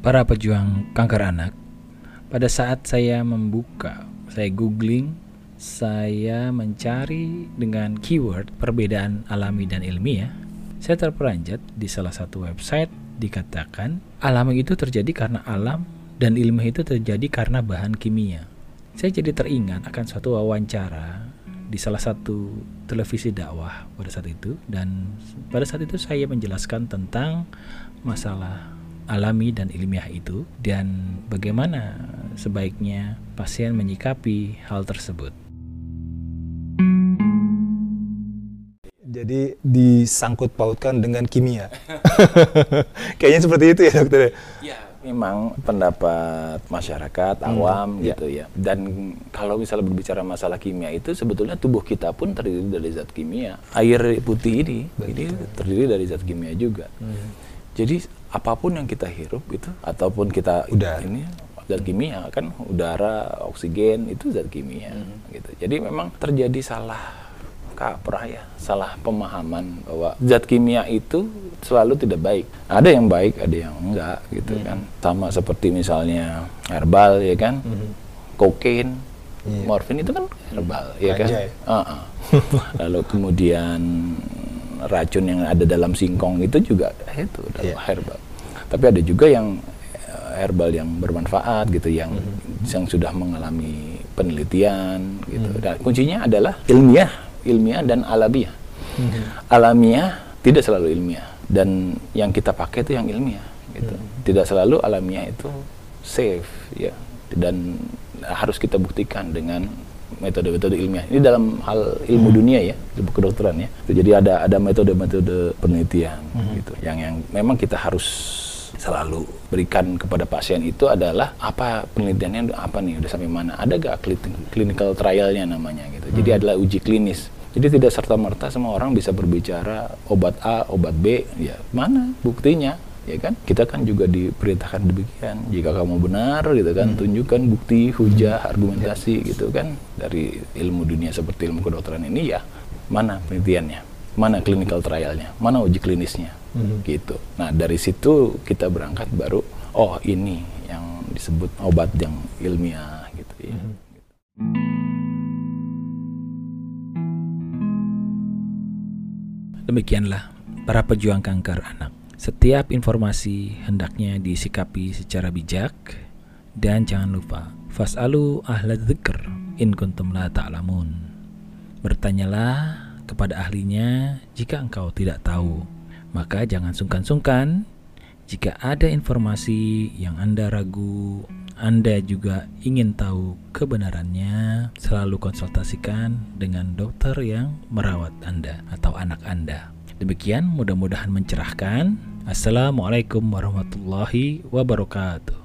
Para pejuang kanker anak, pada saat saya googling, saya mencari dengan keyword perbedaan alami dan ilmiah, saya terperanjat di salah satu website dikatakan alami itu terjadi karena alam dan ilmiah itu terjadi karena bahan kimia. Saya jadi teringat akan suatu wawancara di salah satu televisi dakwah pada saat itu, dan pada saat itu saya menjelaskan tentang masalah alami dan ilmiah itu dan bagaimana sebaiknya pasien menyikapi hal tersebut. Jadi disangkut pautkan dengan kimia. Kayaknya seperti itu ya, dokter. Ya, memang pendapat masyarakat awam gitu ya. Dan kalau misalnya berbicara masalah kimia itu sebetulnya tubuh kita pun terdiri dari zat kimia. Air putih ini terdiri dari zat kimia juga. Jadi apapun yang kita hirup itu ataupun kita ini zat kimia kan, udara, oksigen itu zat kimia gitu. Jadi memang terjadi salah pemahaman bahwa zat kimia itu selalu tidak baik. Ada yang baik, ada yang enggak gitu kan. Sama seperti misalnya herbal ya kan. Kokain, morfin itu kan herbal ya kan. Lalu kemudian racun yang ada dalam singkong itu juga itu adalah herbal. Tapi ada juga yang herbal yang bermanfaat gitu, yang sudah mengalami penelitian gitu. Dan kuncinya adalah ilmiah dan alamiah. Alamiah tidak selalu ilmiah, dan yang kita pakai itu yang ilmiah gitu. Tidak selalu alamiah itu safe ya, dan harus kita buktikan dengan metode-metode ilmiah. Ini dalam hal ilmu dunia ya, ilmu kedokteran ya. Jadi ada metode-metode penelitian gitu. Yang memang kita harus selalu berikan kepada pasien itu adalah apa penelitiannya, apa nih, udah sampai mana, ada gak clinical trialnya namanya gitu. Jadi adalah uji klinis. Jadi tidak serta-merta semua orang bisa berbicara obat A, obat B, ya mana buktinya, ya kan? Kita kan juga diperintahkan demikian. Jika kamu benar gitu kan, tunjukkan bukti, hujah, argumentasi gitu kan. Dari ilmu dunia seperti ilmu kedokteran ini ya, mana penelitiannya, mana clinical trialnya, mana uji klinisnya, gitu. Nah dari situ kita berangkat baru, oh ini yang disebut obat yang ilmiah gitu ya. Demikianlah para pejuang kanker anak. Setiap informasi hendaknya disikapi secara bijak, dan jangan lupa fas'alu ahla dzikr in kuntum la ta'lamun. Bertanyalah kepada ahlinya jika engkau tidak tahu. Maka jangan sungkan-sungkan jika ada informasi yang Anda ragu, Anda juga ingin tahu kebenarannya, selalu konsultasikan dengan dokter yang merawat Anda atau anak Anda. Demikian, mudah-mudahan mencerahkan. Assalamualaikum warahmatullahi wabarakatuh.